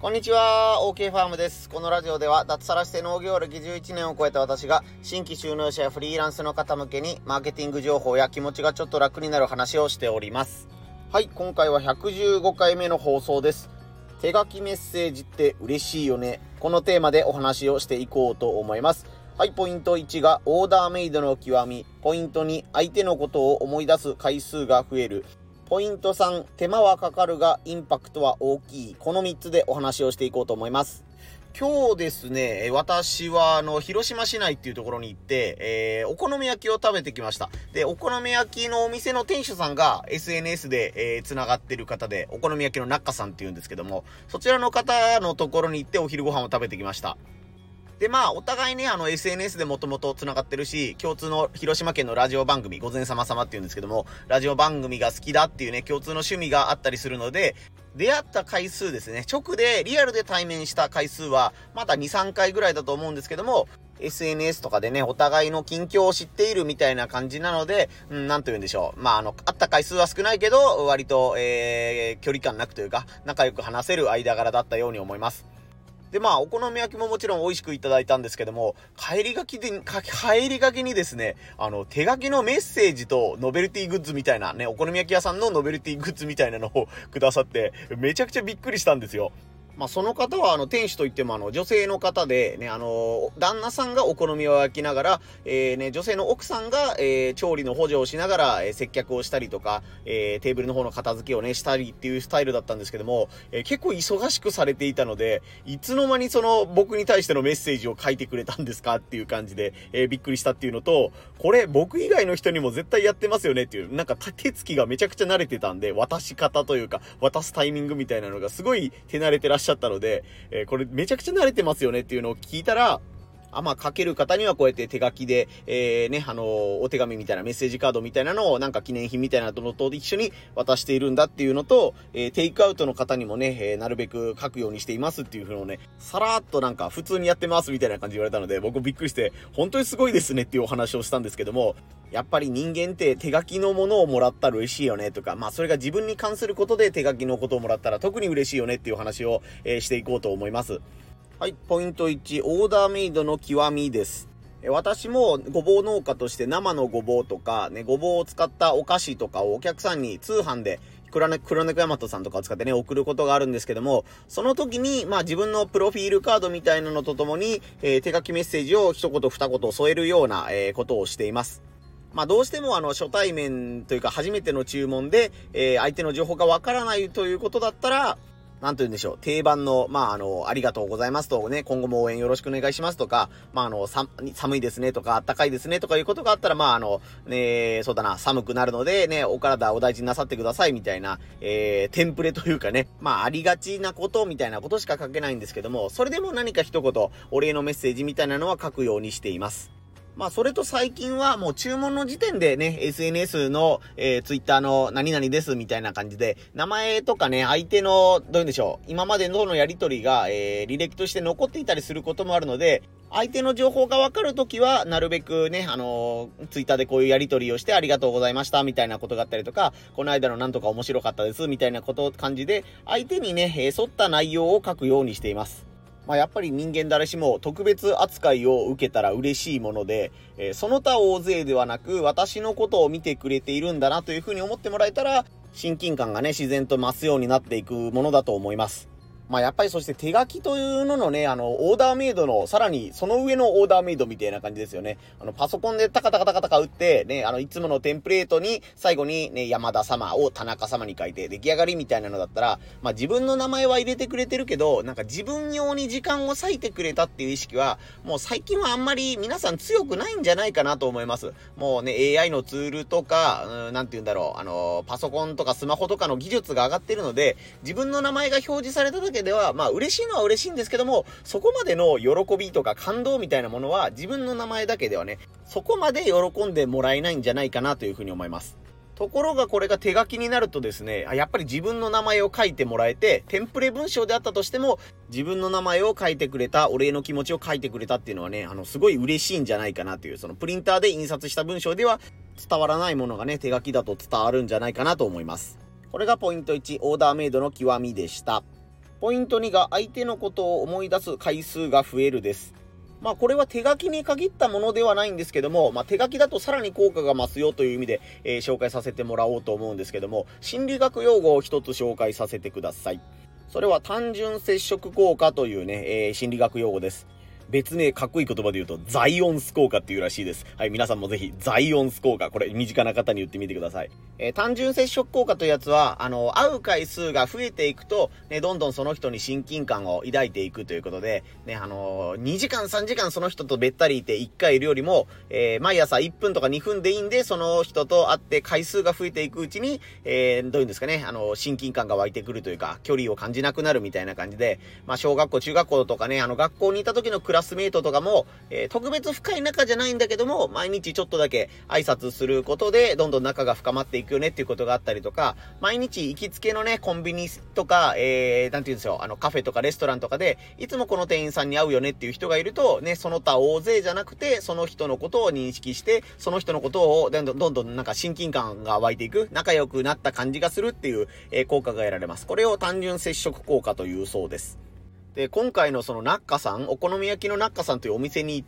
こんにちは、OK ファームです。このラジオでは脱サラして農業歴11年を超えた私が新規就農者やフリーランスの方向けにマーケティング情報や気持ちがちょっと楽になる話をしております。はい、今回は115回目の放送です。手書きメッセージって嬉しいよね。このテーマでお話をしていこうと思います。はい、ポイント1がオーダーメイドの極み。ポイント2、相手のことを思い出す回数が増える。ポイント3、手間はかかるがインパクトは大きい。この3つでお話をしていこうと思います。今日ですね、私は広島市内っていうところに行って、お好み焼きを食べてきました。で、お好み焼きのお店の店主さんが SNS で、繋がってる方で、お好み焼きの中さんっていうんですけども、そちらの方のところに行ってお昼ご飯を食べてきました。で、お互いね、SNS でもともと繋がってるし、共通の広島県のラジオ番組、午前様様っていうんですけども、ラジオ番組が好きだっていうね、共通の趣味があったりするので、出会った回数ですね、直で、リアルで対面した回数は、まだ2、3回ぐらいだと思うんですけども、SNS とかでね、お互いの近況を知っているみたいな感じなので、なんと言うんでしょう。会った回数は少ないけど、割と、距離感なくというか、仲良く話せる間柄だったように思います。で、お好み焼きももちろん美味しくいただいたんですけども、帰りがけにですね、手書きのメッセージとノベルティグッズみたいなね、お好み焼き屋さんのノベルティグッズみたいなのをくださって、めちゃくちゃびっくりしたんですよ。その方は店主といっても女性の方でね、旦那さんがお好みを焼きながら、女性の奥さんが、調理の補助をしながら、接客をしたりとか、テーブルの方の片付けをね、したりっていうスタイルだったんですけども、結構忙しくされていたので、いつの間に僕に対してのメッセージを書いてくれたんですかっていう感じで、びっくりしたっていうのと、これ僕以外の人にも絶対やってますよねっていう、なんか手つきがめちゃくちゃ慣れてたんで、渡し方というか、渡すタイミングみたいなのがすごい手慣れてらっしゃったので、これめちゃくちゃ慣れてますよねっていうのを聞いたら、書ける方にはこうやって手書きで、お手紙みたいなメッセージカードみたいなのをなんか記念品みたいなのと一緒に渡しているんだっていうのと、テイクアウトの方にもね、なるべく書くようにしていますっていう風のね、さらーっとなんか普通にやってますみたいな感じで言われたので、僕びっくりして、本当にすごいですねっていうお話をしたんですけども、やっぱり人間って手書きのものをもらったら嬉しいよねとか、それが自分に関することで手書きのことをもらったら特に嬉しいよねっていう話を、していこうと思います。はい、ポイント1、オーダーメイドの極みです。私もごぼう農家として生のごぼうとか、ね、ごぼうを使ったお菓子とかをお客さんに通販で黒猫ヤマトさんとかを使ってね、送ることがあるんですけども、その時に、自分のプロフィールカードみたいなのとともに、手書きメッセージを一言二言添えるような、ことをしています。どうしても初対面というか初めての注文で、相手の情報がわからないということだったら、なんと言うんでしょう。定番の、ありがとうございますとね、今後も応援よろしくお願いしますとか、寒いですねとか、暖かいですねとかいうことがあったら、そうだな、寒くなるのでね、お体お大事になさってくださいみたいな、テンプレというかね、ありがちなことみたいなことしか書けないんですけども、それでも何か一言、お礼のメッセージみたいなのは書くようにしています。それと最近はもう注文の時点でね、SNS の、ツイッターの何々ですみたいな感じで、名前とかね、相手の、どういうんでしょう、今までのやりとりが、履歴として残っていたりすることもあるので、相手の情報がわかるときは、なるべくね、ツイッターでこういうやりとりをしてありがとうございましたみたいなことがあったりとか、この間のなんとか面白かったですみたいな感じで、相手にね、沿った内容を書くようにしています。やっぱり人間誰しも特別扱いを受けたら嬉しいもので、その他大勢ではなく私のことを見てくれているんだなというふうに思ってもらえたら、親近感がね、自然と増すようになっていくものだと思います。やっぱりそして手書きというののね、オーダーメイドの、さらにその上のオーダーメイドみたいな感じですよね。パソコンでタカタカタカタカ打って、ね、いつものテンプレートに、最後にね、山田様を田中様に書いて出来上がりみたいなのだったら、自分の名前は入れてくれてるけど、なんか自分用に時間を割いてくれたっていう意識は、もう最近はあんまり皆さん強くないんじゃないかなと思います。もうね、AI のツールとか、なんて言うんだろう、パソコンとかスマホとかの技術が上がってるので、自分の名前が表示されただけでは、嬉しいのは嬉しいんですけども、そこまでの喜びとか感動みたいなものは自分の名前だけではね、そこまで喜んでもらえないんじゃないかなというふうに思います。ところがこれが手書きになるとですね、やっぱり自分の名前を書いてもらえて、テンプレ文章であったとしても、自分の名前を書いてくれた、お礼の気持ちを書いてくれたっていうのはね、すごい嬉しいんじゃないかなという、プリンターで印刷した文章では伝わらないものがね、手書きだと伝わるんじゃないかなと思います。これがポイント1、オーダーメイドの極みでした。 ポイント2が相手のことを思い出す回数が増えるです。これは手書きに限ったものではないんですけども、手書きだとさらに効果が増すよという意味で、紹介させてもらおうと思うんですけども、心理学用語を一つ紹介させてください。それは単純接触効果というね、心理学用語です。別名かっこいい言葉で言うとザイオンス効果っていうらしいです。はい、皆さんもぜひザイオンス効果、これ身近な方に言ってみてください。単純接触効果というやつは会う回数が増えていくと、ね、どんどんその人に親近感を抱いていくということで、ね、2時間3時間その人とべったりいて1回いるよりも、毎朝1分とか2分でいいんで、その人と会って回数が増えていくうちに、どういうんですかね、親近感が湧いてくるというか、距離を感じなくなるみたいな感じで、小学校中学校とかね、学校にいた時のクラスメイトとかも、特別深い仲じゃないんだけども、毎日ちょっとだけ挨拶することでどんどん仲が深まっていくよねっていうことがあったりとか、毎日行きつけのねコンビニとか、なんていうんですよ、カフェとかレストランとかでいつもこの店員さんに会うよねっていう人がいるとね、その他大勢じゃなくてその人のことを認識して、その人のことをどんどんなんか親近感が湧いていく、仲良くなった感じがするっていう、効果が得られます。これを単純接触効果というそうです。で、今回のそのナッカさん、お好み焼きのナッカさんというお店に行って、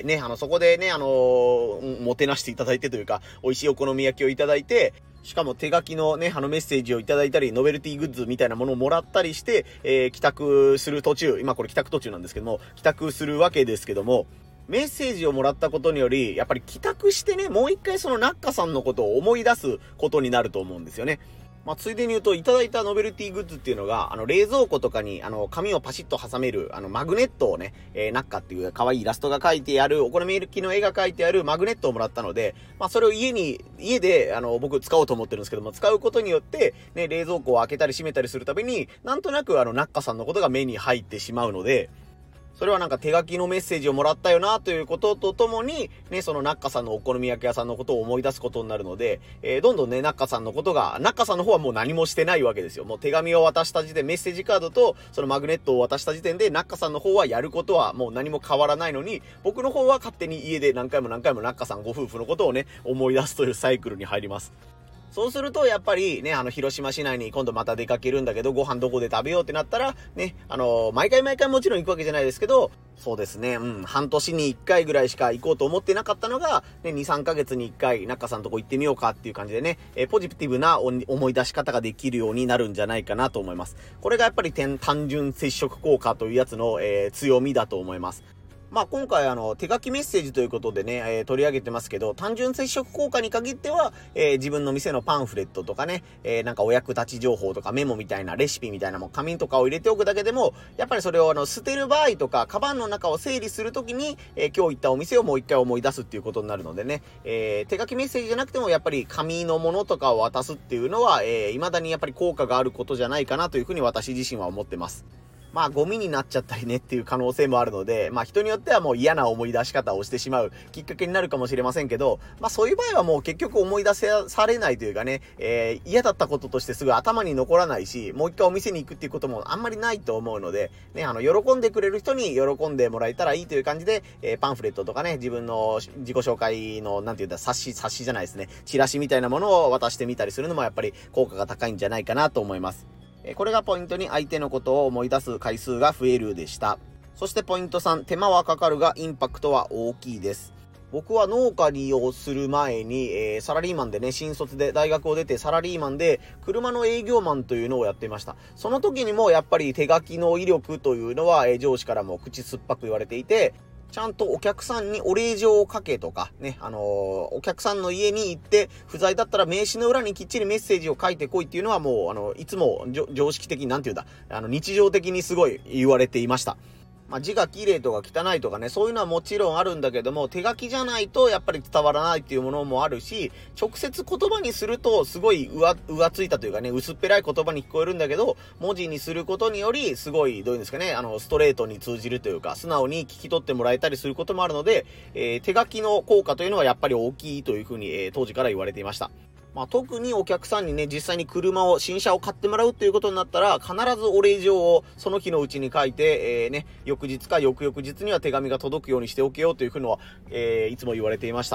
ね、そこでね、もてなしていただいてというか、美味しいお好み焼きをいただいて、しかも手書きのね、メッセージをいただいたり、ノベルティグッズみたいなものをもらったりして、帰宅する途中、今これ帰宅途中なんですけども、帰宅するわけですけども、メッセージをもらったことにより、やっぱり帰宅してね、もう一回そのナッカさんのことを思い出すことになると思うんですよね。ついでに言うと、いただいたノベルティグッズっていうのが、冷蔵庫とかに、紙をパシッと挟める、マグネットをね、ナッカっていう可愛いイラストが描いてある、お好み焼きの絵が描いてあるマグネットをもらったので、それを家で、僕使おうと思ってるんですけども、使うことによって、ね、冷蔵庫を開けたり閉めたりするたびに、なんとなくナッカさんのことが目に入ってしまうので、それはなんか手書きのメッセージをもらったよなということとともに、ね、そのナッカさんのお好み焼き屋さんのことを思い出すことになるので、どんどんね、ナッカさんのことが、ナッカさんの方はもう何もしてないわけですよ。もう手紙を渡した時点、メッセージカードとそのマグネットを渡した時点で、ナッカさんの方はやることはもう何も変わらないのに、僕の方は勝手に家で何回もナッカさんご夫婦のことをね、思い出すというサイクルに入ります。そうすると、やっぱりね、広島市内に今度また出かけるんだけど、ご飯どこで食べようってなったら、ね、毎回もちろん行くわけじゃないですけど、そうですね、半年に1回ぐらいしか行こうと思ってなかったのが、ね、2、3ヶ月に1回、ナッカさんとこ行ってみようかっていう感じでね、ポジティブな思い出し方ができるようになるんじゃないかなと思います。これがやっぱり単純接触効果というやつの、強みだと思います。今回手書きメッセージということでね、取り上げてますけど、単純接触効果に限っては、自分の店のパンフレットとかね、なんかお役立ち情報とかメモみたいなレシピみたいなも紙とかを入れておくだけでも、やっぱりそれを捨てる場合とか、カバンの中を整理するときに、今日行ったお店をもう一回思い出すっていうことになるのでね、手書きメッセージじゃなくてもやっぱり紙のものとかを渡すっていうのは、未だにやっぱり効果があることじゃないかなというふうに私自身は思ってます。ゴミになっちゃったりねっていう可能性もあるので、人によってはもう嫌な思い出し方をしてしまうきっかけになるかもしれませんけど、そういう場合はもう結局思い出されないというかね、嫌だったこととしてすぐ頭に残らないし、もう一回お店に行くっていうこともあんまりないと思うので、ね、喜んでくれる人に喜んでもらえたらいいという感じで、パンフレットとかね、自分の自己紹介の、なんていうんだ、冊子じゃないですね、チラシみたいなものを渡してみたりするのもやっぱり効果が高いんじゃないかなと思います。これがポイントに相手のことを思い出す回数が増えるでした。そしてポイント3、手間はかかるがインパクトは大きいです。僕は農家をする前に、サラリーマンでね、新卒で大学を出てサラリーマンで車の営業マンというのをやっていました。その時にもやっぱり手書きの威力というのは、上司からも口酸っぱく言われていて、ちゃんとお客さんにお礼状を書けとか、ね、お客さんの家に行って、不在だったら名刺の裏にきっちりメッセージを書いてこいっていうのはもう、いつも常識的に、なんていうんだ、日常的にすごい言われていました。字が綺麗とか汚いとかね、そういうのはもちろんあるんだけども、手書きじゃないとやっぱり伝わらないっていうものもあるし、直接言葉にするとすごい浮ついたというかね、薄っぺらい言葉に聞こえるんだけど、文字にすることによりすごい、どういうんですかね、ストレートに通じるというか、素直に聞き取ってもらえたりすることもあるので、手書きの効果というのはやっぱり大きいというふうに、当時から言われていました。特にお客さんにね、実際に新車を買ってもらうっていうことになったら、必ずお礼状をその日のうちに書いて、翌日か翌々日には手紙が届くようにしておけよというふうのは、いつも言われていました。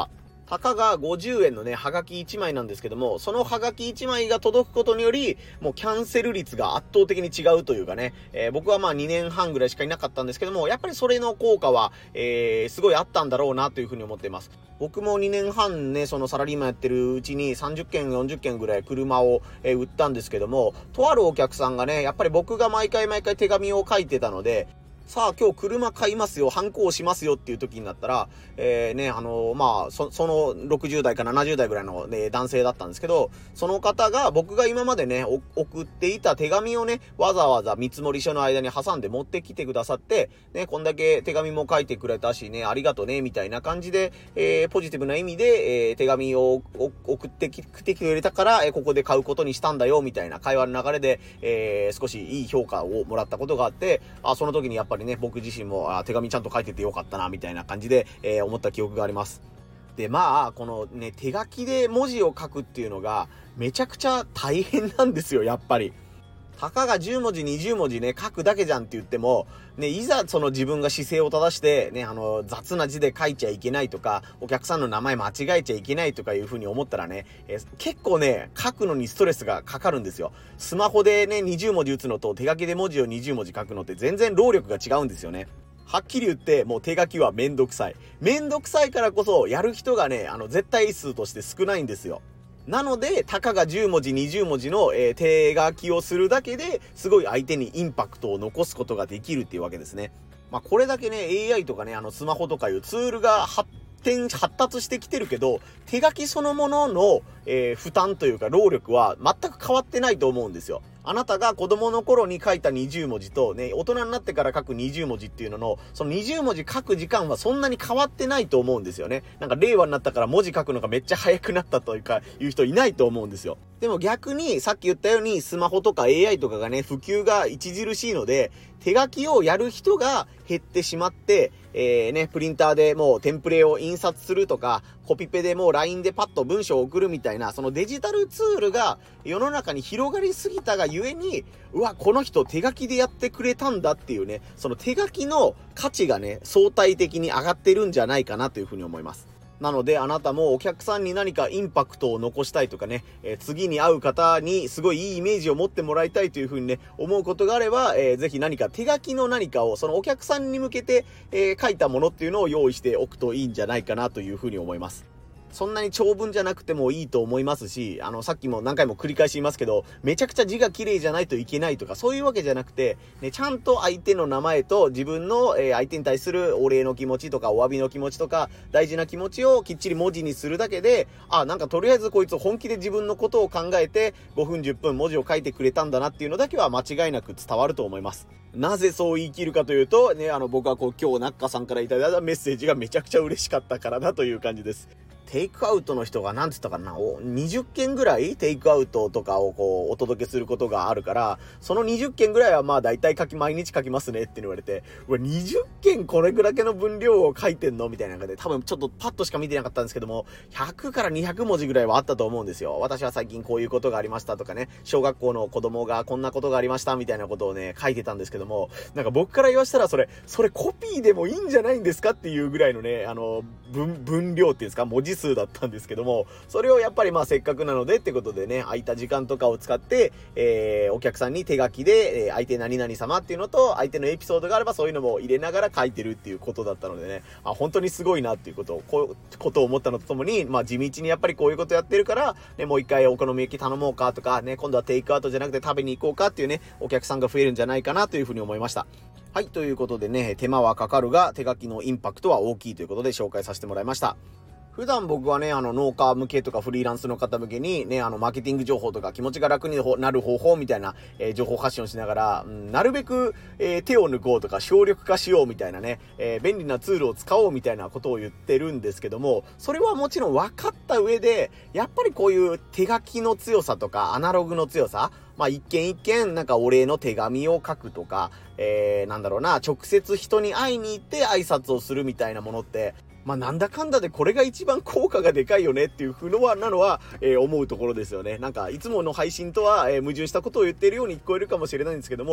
たかが50円のね、はがき1枚なんですけども、そのはがき1枚が届くことにより、もうキャンセル率が圧倒的に違うというかね、僕はまあ2年半ぐらいしかいなかったんですけども、やっぱりそれの効果は、すごいあったんだろうなというふうに思っています。僕も2年半ね、そのサラリーマンやってるうちに30件、40件ぐらい車を、売ったんですけども、とあるお客さんがね、やっぱり僕が毎回手紙を書いてたので、さあ今日車買いますよ、反抗しますよっていう時になったら、まあ、その60代か70代ぐらいの、ね、男性だったんですけど、その方が僕が今までね、送っていた手紙をね、わざわざ見積書の間に挟んで持ってきてくださって、ね、こんだけ手紙も書いてくれたしね、ありがとね、みたいな感じで、ポジティブな意味で、手紙を送ってきてくれたから、ここで買うことにしたんだよ、みたいな会話の流れで、少しいい評価をもらったことがあって、その時にやっぱりね、僕自身も手紙ちゃんと書いててよかったなみたいな感じで、思った記憶があります。でまあこのね手書きで文字を書くっていうのがめちゃくちゃ大変なんですよ。やっぱりたかが10文字20文字ね書くだけじゃんって言ってもね、いざその自分が姿勢を正してね雑な字で書いちゃいけないとかお客さんの名前間違えちゃいけないとかいう風に思ったらね、結構ね書くのにストレスがかかるんですよ。スマホでね20文字打つのと手書きで文字を20文字書くのって全然労力が違うんですよね。はっきり言ってもう手書きはめんどくさいからこそやる人がね絶対数として少ないんですよ。なのでたかが10文字20文字の、手書きをするだけですごい相手にインパクトを残すことができるっていうわけですね。まあこれだけね AI とかねスマホとかいうツールが発達してきてるけど手書きそのものの、負担というか労力は全く変わってないと思うんですよ。あなたが子供の頃に書いた20文字とね、大人になってから書く20文字っていうのの、その20文字書く時間はそんなに変わってないと思うんですよね。なんか令和になったから文字書くのがめっちゃ早くなったというか、いう人いないと思うんですよ。でも逆にさっき言ったようにスマホとか AI とかがね、普及が著しいので、手書きをやる人が減ってしまって、プリンターでもうテンプレを印刷するとか、コピペでもう LINE でパッと文章を送るみたいな、そのデジタルツールが世の中に広がりすぎたがゆえに、うわ、この人手書きでやってくれたんだっていうね、その手書きの価値がね、相対的に上がってるんじゃないかなというふうに思います。なのであなたもお客さんに何かインパクトを残したいとかね、次に会う方にすごいいいイメージを持ってもらいたいというふうにね、思うことがあれば、ぜひ何か手書きの何かをそのお客さんに向けて、書いたものっていうのを用意しておくといいんじゃないかなというふうに思います。そんなに長文じゃなくてもいいと思いますし、さっきも何回も繰り返し言いますけど、めちゃくちゃ字が綺麗じゃないといけないとか、そういうわけじゃなくて、ね、ちゃんと相手の名前と自分の、相手に対するお礼の気持ちとか、お詫びの気持ちとか、大事な気持ちをきっちり文字にするだけで、なんかとりあえずこいつ本気で自分のことを考えて、5分10分文字を書いてくれたんだなっていうのだけは間違いなく伝わると思います。なぜそう言い切るかというと、ね、僕は今日ナッカさんからいただいたメッセージがめちゃくちゃ嬉しかったからだという感じです。テイクアウトの人が何て言ったかな、20件ぐらいテイクアウトとかをこうお届けすることがあるから、その20件ぐらいはまあ大体毎日書きますねって言われて、20件これぐらいの分量を書いてんのみたいな感じで、多分ちょっとパッとしか見てなかったんですけども、100から200文字ぐらいはあったと思うんですよ。私は最近こういうことがありましたとかね、小学校の子供がこんなことがありましたみたいなことをね、書いてたんですけども、なんか僕から言わしたらそれコピーでもいいんじゃないんですかっていうぐらいのね、分量っていうんですか、文字数だったんですけども、それをやっぱりまあせっかくなのでってことでね、空いた時間とかを使って、お客さんに手書きで、相手何々様っていうのと相手のエピソードがあればそういうのも入れながら書いてるっていうことだったのでね、本当にすごいなっていうことを思ったのとともに、まあ地道にやっぱりこういうことやってるから、ね、もう一回お好み焼き頼もうかとかね、今度はテイクアウトじゃなくて食べに行こうかっていうね、お客さんが増えるんじゃないかなというふうに思いました。はい、ということでね、手間はかかるが手書きのインパクトは大きいということで紹介させてもらいました。普段僕はね、農家向けとかフリーランスの方向けにね、マーケティング情報とか気持ちが楽になる方法みたいな、情報発信をしながら、なるべく、手を抜こうとか省力化しようみたいなね、便利なツールを使おうみたいなことを言ってるんですけども、それはもちろん分かった上で、やっぱりこういう手書きの強さとかアナログの強さ、まあ一件一件なんかお礼の手紙を書くとか、なんだろうな、直接人に会いに行って挨拶をするみたいなものって、まあなんだかんだでこれが一番効果がでかいよねっていうなのは、思うところですよね。なんかいつもの配信とは、矛盾したことを言っているように聞こえるかもしれないんですけども、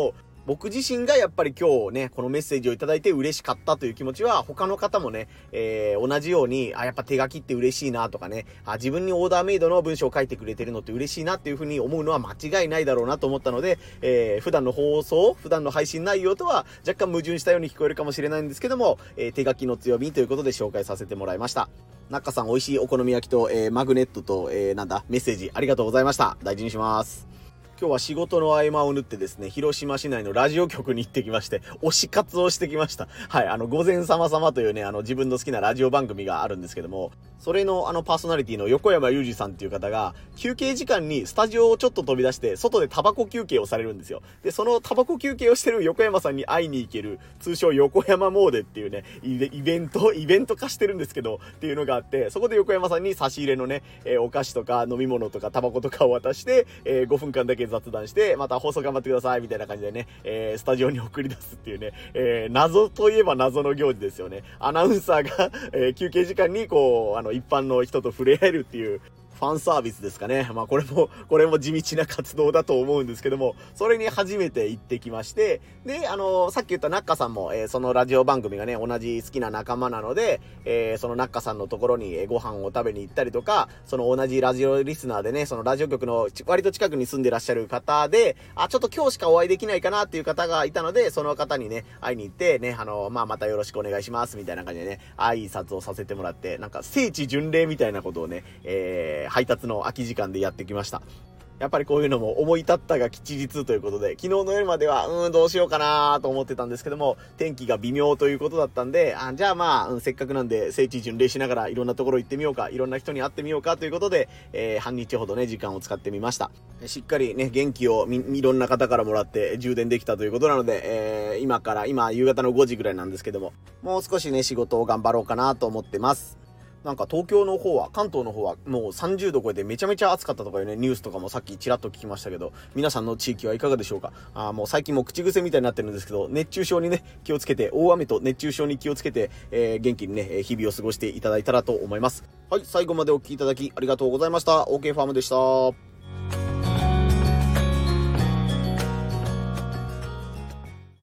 僕自身がやっぱり今日ね、このメッセージをいただいて嬉しかったという気持ちは、他の方もね、同じように、やっぱ手書きって嬉しいなとかね、自分にオーダーメイドの文章を書いてくれてるのって嬉しいなっていう風に思うのは間違いないだろうなと思ったので、普段の配信内容とは若干矛盾したように聞こえるかもしれないんですけども、手書きの強みということで紹介させてもらいました。中さん美味しいお好み焼きと、マグネットと、メッセージありがとうございました。大事にします。今日は仕事の合間を縫ってですね、広島市内のラジオ局に行ってきまして、推し活をしてきました。はい、午前様々というね、自分の好きなラジオ番組があるんですけども、それのパーソナリティの横山裕二さんっていう方が、休憩時間にスタジオをちょっと飛び出して、外でタバコ休憩をされるんですよ。で、そのタバコ休憩をしてる横山さんに会いに行ける、通称横山詣でっていうね、イベント化してるんですけど、っていうのがあって、そこで横山さんに差し入れのね、お菓子とか飲み物とかタバコとかを渡して、5分間だけ雑談して、また放送頑張ってくださいみたいな感じでね、スタジオに送り出すっていうね、謎といえば謎の行事ですよね。アナウンサーが、休憩時間にこう、一般の人と触れ合えるっていう、ファンサービスですかね。まあこれも地道な活動だと思うんですけども、それに初めて行ってきまして、で、さっき言ったナッカさんも、そのラジオ番組がね、同じ好きな仲間なので、そのナッカさんのところにご飯を食べに行ったりとか、その同じラジオリスナーでね、そのラジオ局の割と近くに住んでらっしゃる方で、ちょっと今日しかお会いできないかなっていう方がいたので、その方にね、会いに行って、ね、またよろしくお願いします、みたいな感じでね、挨拶をさせてもらって、なんか聖地巡礼みたいなことをね、配達の空き時間でやってきました。やっぱりこういうのも思い立ったが吉日ということで、昨日の夜まではどうしようかなと思ってたんですけども、天気が微妙ということだったんで、じゃあまあ、せっかくなんで聖地巡礼しながらいろんなところ行ってみようか、いろんな人に会ってみようかということで、半日ほどね時間を使ってみました。しっかりね元気をいろんな方からもらって充電できたということなので、今夕方の5時ぐらいなんですけども、もう少しね仕事を頑張ろうかなと思ってます。なんか関東の方はもう30度超えてめちゃめちゃ暑かったとかいうね、ニュースとかもさっきちらっと聞きましたけど、皆さんの地域はいかがでしょうか。もう最近も口癖みたいになってるんですけど、熱中症にね、気をつけて、大雨と熱中症に気をつけて、元気にね、日々を過ごしていただいたらと思います。はい、最後までお聞きいただきありがとうございました。OK ファームでした。